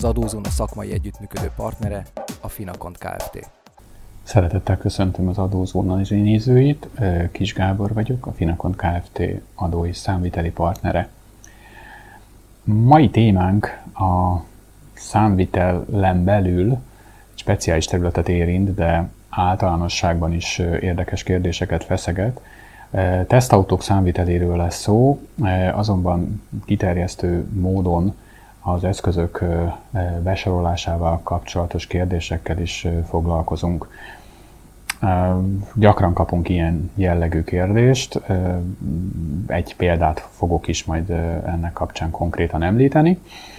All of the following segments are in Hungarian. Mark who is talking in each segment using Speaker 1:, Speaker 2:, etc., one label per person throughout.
Speaker 1: az Adózóna szakmai együttműködő partnere, a Finakont Kft.
Speaker 2: Szeretettel köszöntöm az Adózóna nézőit, Kis Gábor vagyok, a Finakont Kft. Adó és számviteli partnere. Mai témánk a számvitelen belül egy speciális területet érint, de általánosságban is érdekes kérdéseket feszeget. Tesztautók számviteléről lesz szó, azonban kiterjesztő módon az eszközök besorolásával kapcsolatos kérdésekkel is foglalkozunk. Gyakran kapunk ilyen jellegű kérdést, egy példát fogok is majd ennek kapcsán konkrétan említeni.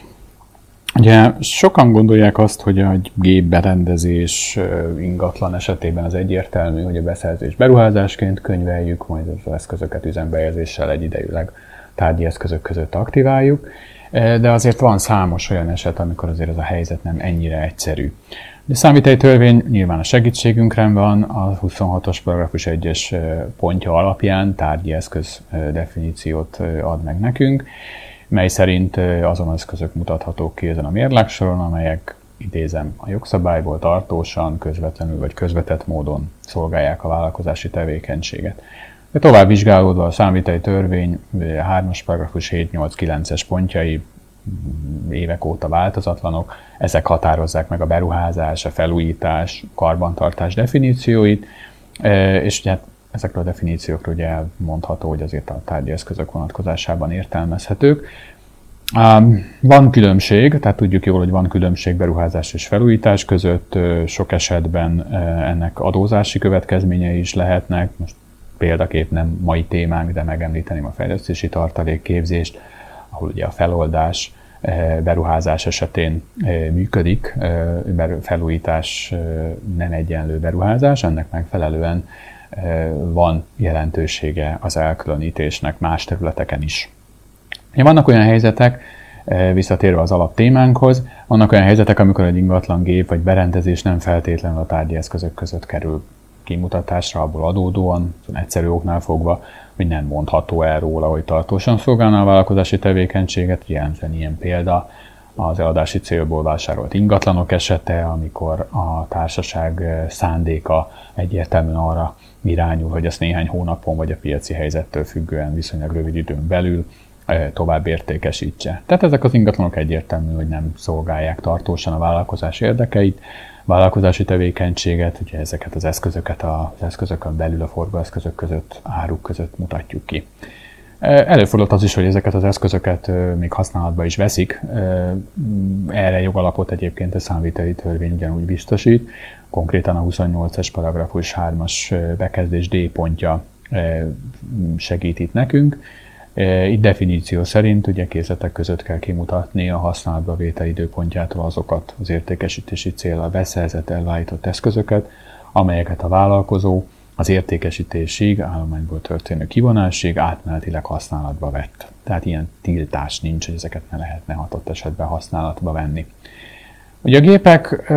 Speaker 2: Ugye sokan gondolják azt, hogy a gépberendezés ingatlan esetében az egyértelmű, hogy a beszerzés beruházásként könyveljük, majd az eszközöket üzembehelyezéssel egyidejűleg tárgyi eszközök között aktiváljuk, de azért van számos olyan eset, amikor azért ez a helyzet nem ennyire egyszerű. A számviteli törvény nyilván a segítségünkre van, a 26-os paragrafus 1-es pontja alapján tárgyi eszköz definíciót ad meg nekünk, mely szerint azon eszközök mutathatók ki ezen a mérlegsoron, amelyek, idézem, a jogszabályból tartósan, közvetlenül vagy közvetett módon szolgálják a vállalkozási tevékenységet. De tovább vizsgálódva a számviteli törvény 3-as paragrafus 7-8-9-es pontjai évek óta változatlanok, ezek határozzák meg a beruházás, a felújítás, karbantartás definícióit, és ugye ezekről a definíciókról ugye elmondható, hogy azért a tárgyi eszközök vonatkozásában értelmezhetők. Van különbség, tehát tudjuk jól, hogy van különbség beruházás és felújítás között, sok esetben ennek adózási következményei is lehetnek. Most példaképp nem mai témánk, de megemlíteném a fejlesztési tartalékképzést, ahol ugye a feloldás beruházás esetén működik, felújítás nem egyenlő beruházás, ennek megfelelően van jelentősége az elkülönítésnek más területeken is. Vannak olyan helyzetek, visszatérve az alaptémánkhoz, vannak olyan helyzetek, amikor egy ingatlan gép vagy berendezés nem feltétlenül a tárgyi eszközök között kerül kimutatásra, abból adódóan, egyszerű oknál fogva, hogy nem mondható el róla, hogy tartósan szolgálná a vállalkozási tevékenységet. Jelentően ilyen példa az eladási célból vásárolt ingatlanok esete, amikor a társaság szándéka egyértelműen arra irányul, hogy ezt néhány hónapon vagy a piaci helyzettől függően viszonylag rövid időn belül tovább értékesítse. Tehát ezek az ingatlanok egyértelmű, hogy nem szolgálják tartósan a vállalkozás érdekeit, vállalkozási tevékenységet, ugye ezeket az eszközöket az eszközökön belül a forgóeszközök között, áruk között mutatjuk ki. Előfordult az is, hogy ezeket az eszközöket még használatba is veszik. Erre jogalapot egyébként a számviteli törvény ugyanúgy biztosít. Konkrétan a 28-es paragrafus 3-as bekezdés D pontja segít itt nekünk. Itt definíció szerint ugye készletek között kell kimutatni a használatba vétel időpontjától azokat az értékesítési céllal beszerzett, ellállított eszközöket, amelyeket a vállalkozó az értékesítésig, állományból történő kivonásig átmenetileg használatba vett. Tehát ilyen tiltás nincs, hogy ezeket ne lehetne adott esetben használatba venni. Ugye a gépek,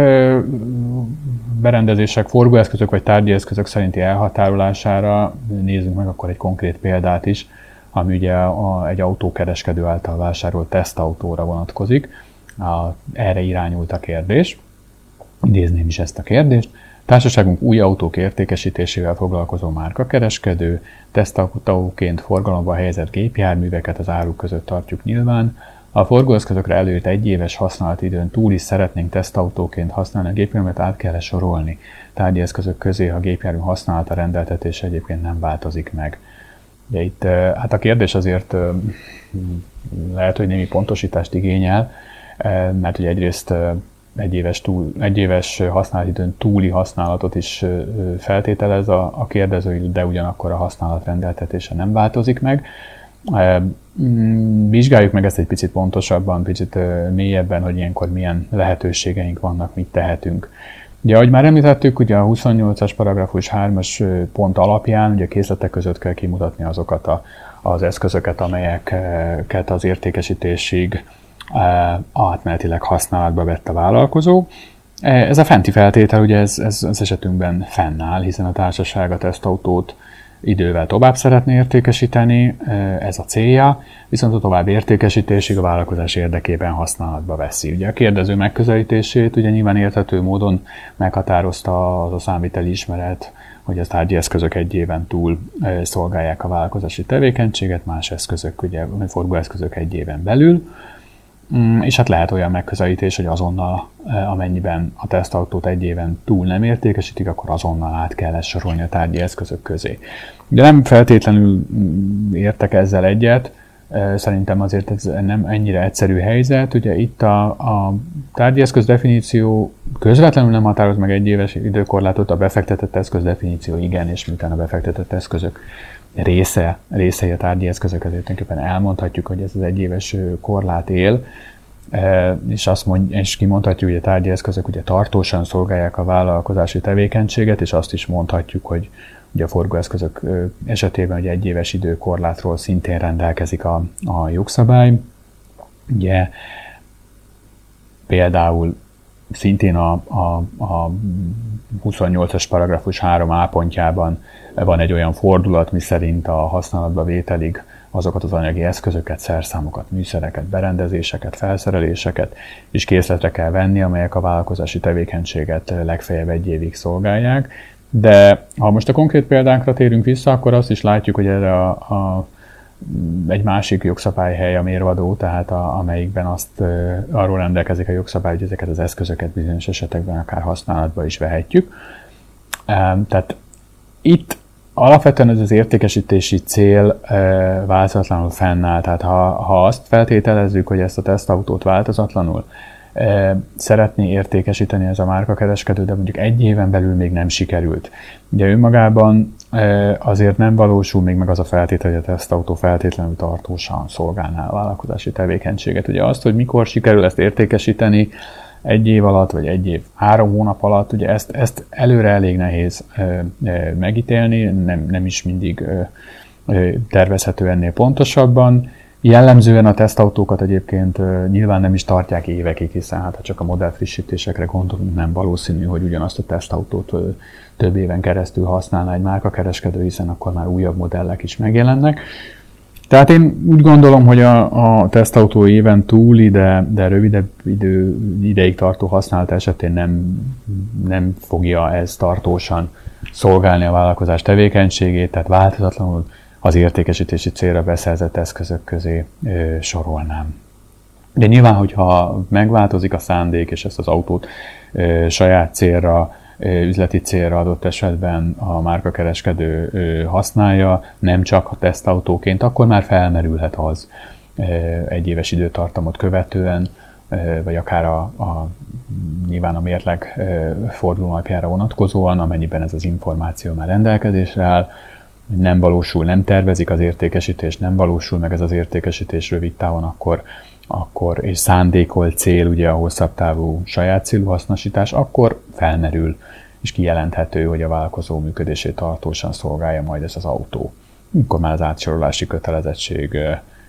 Speaker 2: berendezések, forgóeszközök vagy tárgyi eszközök szerinti elhatárolására nézzünk meg akkor egy konkrét példát is, ami ugye egy autókereskedő által vásárolt tesztautóra vonatkozik. Erre irányult a kérdés. Idézném is ezt a kérdést. Társaságunk új autók értékesítésével foglalkozó márkakereskedő, tesztautóként forgalomba helyezett gépjárműveket az áruk között tartjuk nyilván. A forgóeszközökre előtt egyéves használati időn túl is szeretnénk tesztautóként használni a gépjárművet, át kell sorolni. Tárgyi eszközök közé a gépjármű használata rendeltetése egyébként nem változik meg. Ugye itt hát a kérdés azért lehet, hogy némi pontosítást igényel, mert ugye egyrészt egyéves használatidőn túli használatot is feltételez a kérdező, de ugyanakkor a használat rendeltetése nem változik meg. Vizsgáljuk meg ezt egy picit pontosabban, picit mélyebben, hogy ilyenkor milyen lehetőségeink vannak, mit tehetünk. Ugye, ahogy már említettük, ugye a 28-as paragrafus 3-as pont alapján ugye készletek között kell kimutatni azokat az eszközöket, amelyeket az értékesítésig átmenetileg használatba vett a vállalkozó. Ez a fenti feltétel ugye ez esetünkben fennáll, hiszen a társaság a tesztautót idővel tovább szeretné értékesíteni, ez a célja, viszont a további értékesítésig a vállalkozás érdekében használatba veszi. Ugye a kérdező megközelítését ugye nyilván érthető módon meghatározta az a számviteli ismeret, hogy a tárgyi eszközök egy éven túl szolgálják a vállalkozási tevékenységet, más eszközök, ugye forgóeszközök egy éven belül, és hát lehet olyan megközelítés, hogy azonnal, amennyiben a tesztautót egy éven túl nem értékesítik, akkor azonnal át kell ezt sorolni a tárgyi eszközök közé. De nem feltétlenül értek ezzel egyet, szerintem azért ez nem ennyire egyszerű helyzet. Ugye itt a tárgyi eszköz definíció közvetlenül nem határoz meg egy éves időkorlátot, a befektetett eszköz definíció igen, és miután a befektetett eszközök részei a tárgyi eszközök, ezért tulajdonképpen elmondhatjuk, hogy ez az egyéves korlát él, és kimondhatjuk, hogy a tárgyi eszközök ugye tartósan szolgálják a vállalkozási tevékenységet, és azt is mondhatjuk, hogy ugye a forgóeszközök esetében ugye egy éves időkorlátról szintén rendelkezik a jogszabály. Ugye például szintén a 28-as paragrafus 3a pontjában van egy olyan fordulat, miszerint a használatba vételig azokat az anyagi eszközöket, szerszámokat, műszereket, berendezéseket, felszereléseket is készletre kell venni, amelyek a vállalkozási tevékenységet legfeljebb egy évig szolgálják. De ha most a konkrét példánkra térünk vissza, akkor azt is látjuk, hogy erre egy másik jogszabályhely a mérvadó, tehát amelyikben arról rendelkezik a jogszabály, hogy ezeket az eszközöket bizonyos esetekben akár használatba is vehetjük. Tehát itt alapvetően ez az értékesítési cél változatlanul fennáll. Tehát ha azt feltételezzük, hogy ezt a tesztautót változatlanul szeretné értékesíteni ez a márkakereskedő, de mondjuk egy éven belül még nem sikerült. Ugye önmagában azért nem valósul még meg az a feltétel, hogy a tesztautó feltétlenül tartósan szolgálná a vállalkozási tevékenységet. Ugye azt, hogy mikor sikerül ezt értékesíteni, egy év alatt, vagy egy év 3 hónap alatt, ugye ezt előre elég nehéz megítélni, nem is mindig tervezhető ennél pontosabban. Jellemzően a tesztautókat egyébként nyilván nem is tartják évekig, hiszen hát ha csak a modellfrissítésekre gondolunk, nem valószínű, hogy ugyanazt a tesztautót több éven keresztül használna egy márkakereskedő, hiszen akkor már újabb modellek is megjelennek. Tehát én úgy gondolom, hogy a tesztautó éven túli, de rövidebb ideig tartó használat esetén nem fogja ez tartósan szolgálni a vállalkozás tevékenységét, tehát változatlanul az értékesítési célra beszerzett eszközök közé sorolnám. De nyilván, hogyha megváltozik a szándék, és ezt az autót saját célra, üzleti célra adott esetben a márkakereskedő használja, nem csak a tesztautóként, akkor már felmerülhet az egy éves időtartamot követően, vagy akár nyilván a mérleg fordulónapjára vonatkozóan, amennyiben ez az információ már rendelkezésre áll, nem valósul, nem tervezik az értékesítést, nem valósul meg ez az értékesítés rövid távon, akkor és szándékolt cél, ugye a hosszabb távú saját célú hasznosítás, akkor felmerül és kijelenthető, hogy a vállalkozó működését tartósan szolgálja majd ez az autó. Akkor már az átsorolási kötelezettség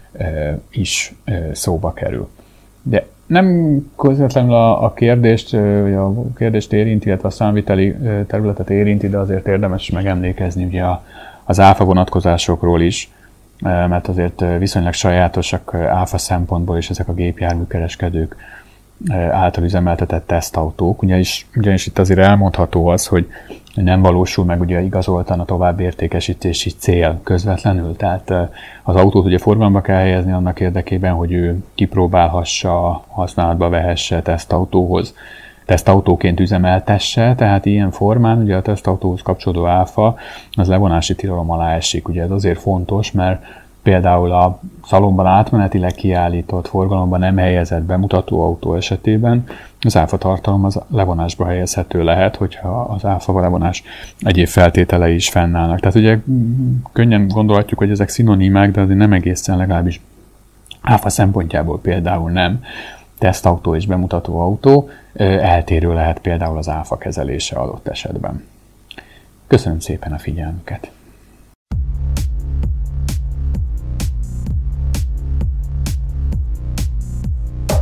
Speaker 2: is szóba kerül. De nem közvetlenül a kérdést érinti, illetve a számviteli területet érinti, de azért érdemes megemlékezni ugye az áfa vonatkozásokról is, mert azért viszonylag sajátosak áfa szempontból is ezek a gépjárműkereskedők által üzemeltetett tesztautók. Ugyanis itt azért elmondható az, hogy nem valósul meg ugye igazoltan a továbbértékesítési cél közvetlenül. Tehát az autót ugye forgalomba kell helyezni annak érdekében, hogy ő kipróbálhassa, használatba vehesse tesztautóként üzemeltesse, tehát ilyen formán ugye a tesztautóhoz kapcsolódó áfa az levonási tilalom alá esik. Ugye ez azért fontos, mert például a szalonban átmenetileg kiállított, forgalomban nem helyezett bemutató autó esetében az áfa tartalom az levonásba helyezhető lehet, hogyha az áfa levonás egyéb feltételei is fennállnak. Tehát ugye könnyen gondolhatjuk, hogy ezek szinonimák, de azért nem egészen, legalábbis áfa szempontjából például nem. Tesztautó és bemutató autó, eltérő lehet például az áfa kezelése adott esetben. Köszönöm szépen a figyelmüket!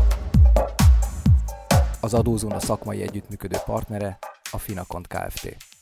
Speaker 1: Az Adózóna szakmai együttműködő partnere a Finakont Kft.